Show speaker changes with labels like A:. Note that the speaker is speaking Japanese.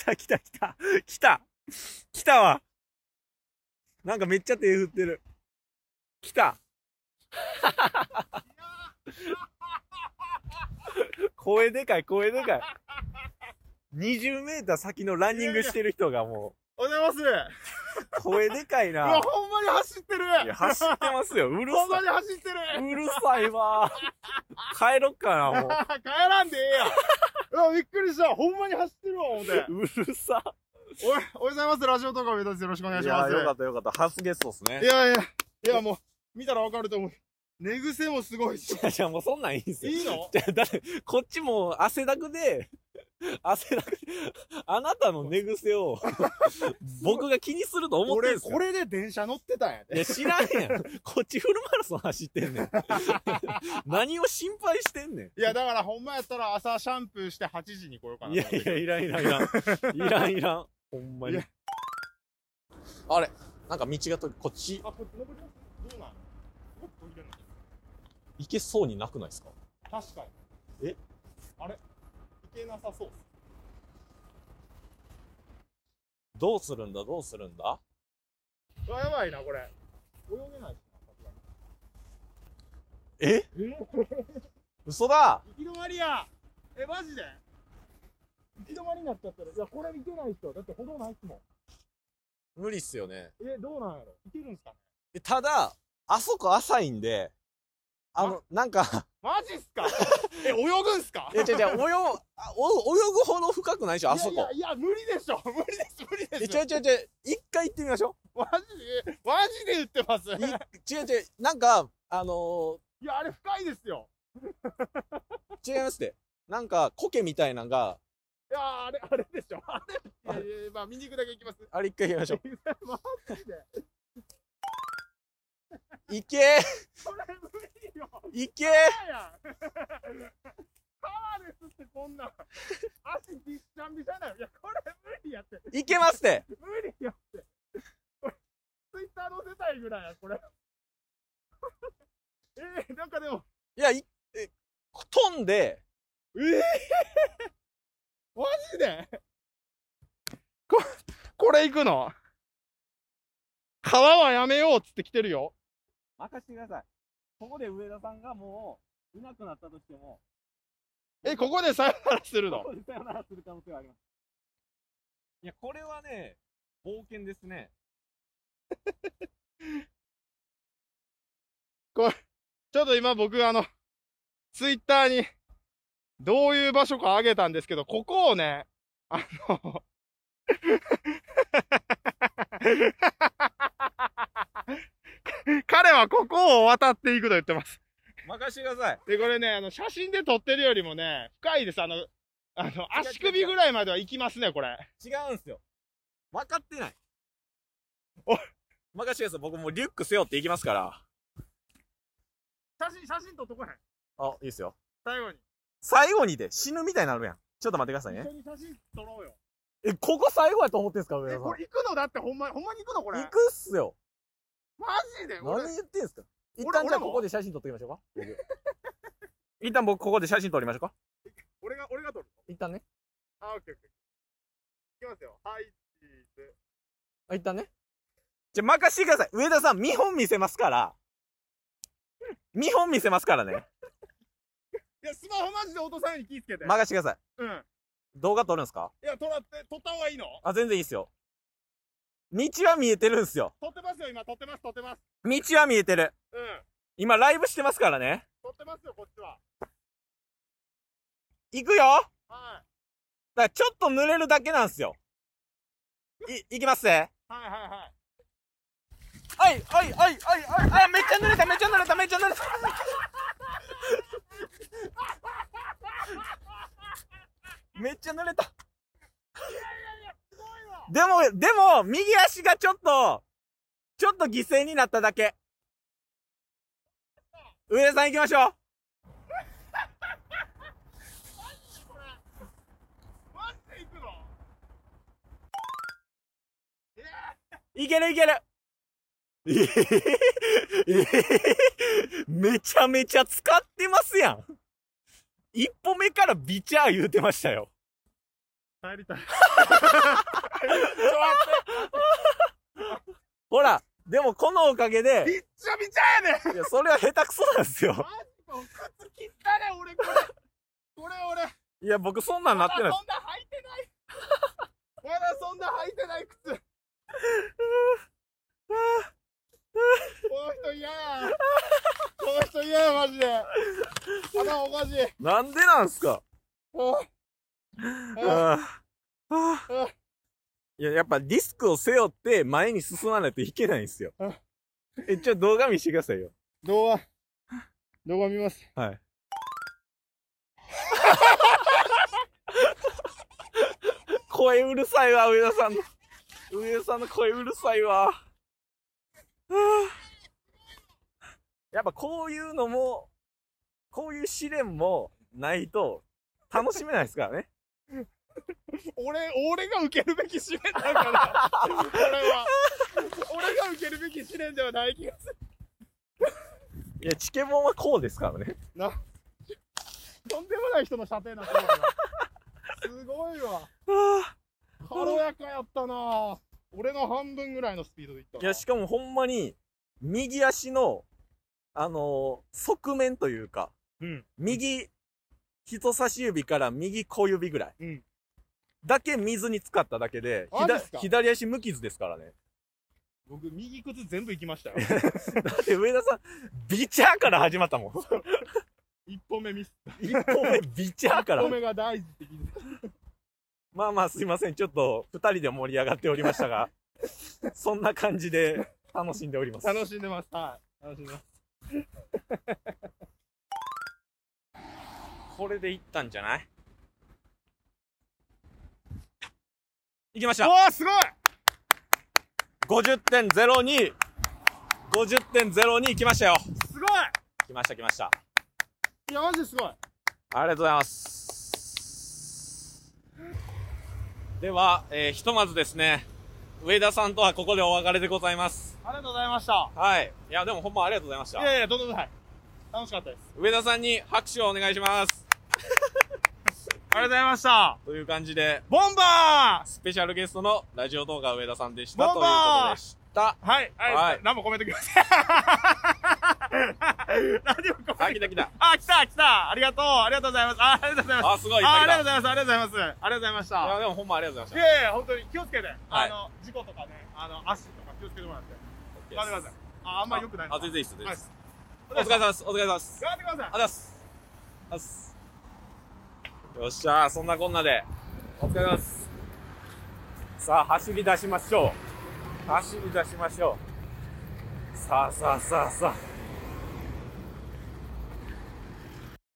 A: た来た来た。来た。来たわ。なんかめっちゃ手振ってる。来た。声でかい、声でかい。20メーター先のランニングしてる人がも
B: おはようございます。
A: う、声でかいうな。
B: わ、ほんまに走ってる。
A: いや、走ってますよ。うる
B: ほんま
A: さ
B: に走ってる。
A: い。うるさいわ。帰ろっかな、も
B: 帰らんでええやん。うわ、びっくりした。ほんまに走ってるわ、思って。
A: う。うるさ。
B: おはようございます。ラジオとか上田です。よろしくお願いします。
A: いや、よかったよかった。初ゲストっすね。
B: いやいや、いやもう、見たらわかると思う。寝癖もすごいし。
A: じゃあもうそんなんいいんすよ。
B: いいの？
A: じゃあだってこっちも汗だくで、汗だくで、あなたの寝癖を僕が気にすると思ってるん
B: 俺、
A: すよ。
B: これで電車乗ってたんやで。
A: いや、知らんやん。こっちフルマラソン走ってんねん。何を心配してんねん。
B: いや、だからほんまやったら朝シャンプーして8時に来ようかな。
A: いやいや、いらんいらんいらん。いらんいらん。ほんまに
B: いや。
A: あれなんか道がこっち
B: あ、こっち登ります？どうなん？もっと飛んでんの？
A: 行けそうになくないですか？
B: 確かに。
A: え？
B: あれ？行けなさそうっす。
A: どうするんだどうするんだ？
B: うわ、やばいな、これ。泳げないしな、さすが
A: え？
B: に。
A: 嘘だ。
B: 行き止まりや。え、マジで？行き止まりになっちゃってる。いや、これ行けない人。だって歩道ないっすもん。
A: 無理っすよね。
B: どうなんやろ？行けるんすかね？
A: ただ、あそこ浅いんで、なんか、
B: マジっすか？泳ぐんすか？
A: 違う、泳ぐほど深くないでしょ、あそこ。
B: いや、無理でしょ。無理です、無理です。
A: 一回行ってみましょ
B: マジで言ってます。
A: う。なんか、
B: いや、あれ深いですよ。
A: 違いますって。なんか、苔みたいなのが、
B: いや、あれでしょ。いや、まあ、見に行くだけ行きます。
A: あれ一回行きましょう。
B: マジで。
A: 行け
B: これ無理よ。
A: 行け
B: 川ですって、こんなん。足びっしゃんびしゃなよ。いや、これ無理やって。
A: 行けますって
B: 無理やって。これ、ツイッター載せたいぐらいや、これ。なんかでも。
A: いや、飛んで、
B: マジでこれ行くの？川はやめようっつって来てるよ。
A: 任せてください。ここで上田さんがもう、いなくなったとしても、
B: ここでさよならするの？
A: ここでさよならする可能性があります。いや、これはね、冒険ですね。
B: ちょっと今僕ツイッターにどういう場所かあげたんですけど、ここをね、彼はここを渡っていくと言ってます。
A: 任せてください。
B: で、これね、写真で撮ってるよりもね、深いです。足首ぐらいまでは行きますね、これ。
A: 違うんすよ。分かってない。
B: お
A: 任せてください。僕もうリュック背負っていきますから。
B: 写真撮っとこへん。
A: あ、いいっすよ。
B: 最後に。
A: 最後にで死ぬみたいになるやん。ちょっと待ってくださいね。
B: 一緒に写真撮ろうよ。
A: ここ最後やと思ってんすか、上田さん。
B: これ行くのだってほんまに行くのこれ。
A: 行くっすよ。
B: マジで？
A: 何言ってんすか。一旦じゃあここで写真撮っておきましょうか。一旦僕ここで写真撮りましょうか。
B: 俺が撮る。
A: 一旦ね。
B: オッケーオッケー。いきますよ。はい、チーズ。
A: 一旦ね。じゃあ任せてください。上田さん、見本見せますから。見本見せますからね。
B: いや、スマホマジで落とさないように気ぃつけて。
A: 任せてください。
B: うん。
A: 動画撮るんすか？
B: いや、撮った方がいいの？
A: あ、全然いいっすよ。道は見えてるんすよ。
B: 撮ってますよ、今。撮ってます。
A: 道は見えてる。
B: うん。
A: 今ライブしてますからね。
B: 撮ってますよ、こっちは。
A: 行くよ。
B: はい。
A: だからちょっと濡れるだけなんすよ。行きますね。
B: はい。
A: あ、めっちゃ濡れた。めっちゃ濡れた。でも、右足がちょっと犠牲になっただけ。上田さん行きましょう。
B: マジで行くの？
A: いける。めちゃめちゃ使ってますやん。一歩目からビチャー言うてましたよ。
B: 帰りたい。
A: ほら、でもこのおかげで、
B: びっちゃびちゃやねん。
A: いや、それは下手くそなんですよ。
B: マジか、靴切ったね、俺これ。これ俺。
A: いや、僕そんなんなってないです。
B: まだそんな履いてない。まだそんな履いてない靴。この人嫌や。この人嫌や、マジで。頭おかしい。
A: なんでなんすか。いや、やっぱリスクを背負って前に進まないといけないんですよ。動画見してくださいよ。
B: 動画見ます。
A: はい。声うるさいわ、上田さんの。上田さんの声うるさいわ。やっぱこういうのも、こういう試練もないと楽しめないですからね。
B: 俺が受けるべき試練だから。これは。俺が受けるべき試練ではない気がする。
A: いや、チケボンはこうですからね。
B: とんでもない人の射程なんだ。すごいわ。軽やかやったな。俺の半分ぐらいのスピードでいったな。
A: いや、しかもほんまに、右足の、側面というか、右人差し指から右小指ぐらい。だけ水に浸かっただけで、左足無傷ですからね。
B: 僕、右靴全部行きましたよ。
A: だって上田さん、ビチャーから始まったもん。
B: 一歩目ミス。
A: 一歩目ビチャーから。
B: 一歩目が大事って聞いて。
A: まあまあすいません。ちょっと二人で盛り上がっておりましたが、そんな感じで楽しんでおります。
B: 楽しんでます。はい。楽しんでます。
A: これでいったんじゃない？いきました。
B: おー、すごい！
A: 50.02。50.02 来ましたよ。
B: すごい！
A: 来ました来ました。
B: いや、マジですごい。
A: ありがとうございます。では、ひとまずですね、上田さんとはここでお別れでございます。
B: ありがとうございました。
A: はい。いや、でもほんまありがとうございました。
B: いやいや、どんどんはい。楽しかったです。
A: 上田さんに拍手をお願いします。
B: ありがとうございました。
A: という感じで、
B: ボンバー
A: スペシャルゲストのラジオ動画上田さんでしたということでした。
B: はい。
A: はい。
B: 何もコメントください。何もコメント。
A: あ、来た。
B: 来た。ありがとうございます。ありがとうございます。
A: あ、すごい。
B: ありがとうございます。ありがとうございます。ありがとうございました。
A: いや、でもほんまありがとうございました。
B: いやいや、本当に気をつけて。事故とかね、足とか気をつけてもらって。頑張ってください。あんま良くない。
A: あ、全然いいっす。お
B: 疲
A: 疲れ様です。お疲れ様です。
B: 頑張ってください。
A: ありがとうございます。よっしゃー、そんなこんなで、お疲れ様です。さあ、走り出しましょう。さあ。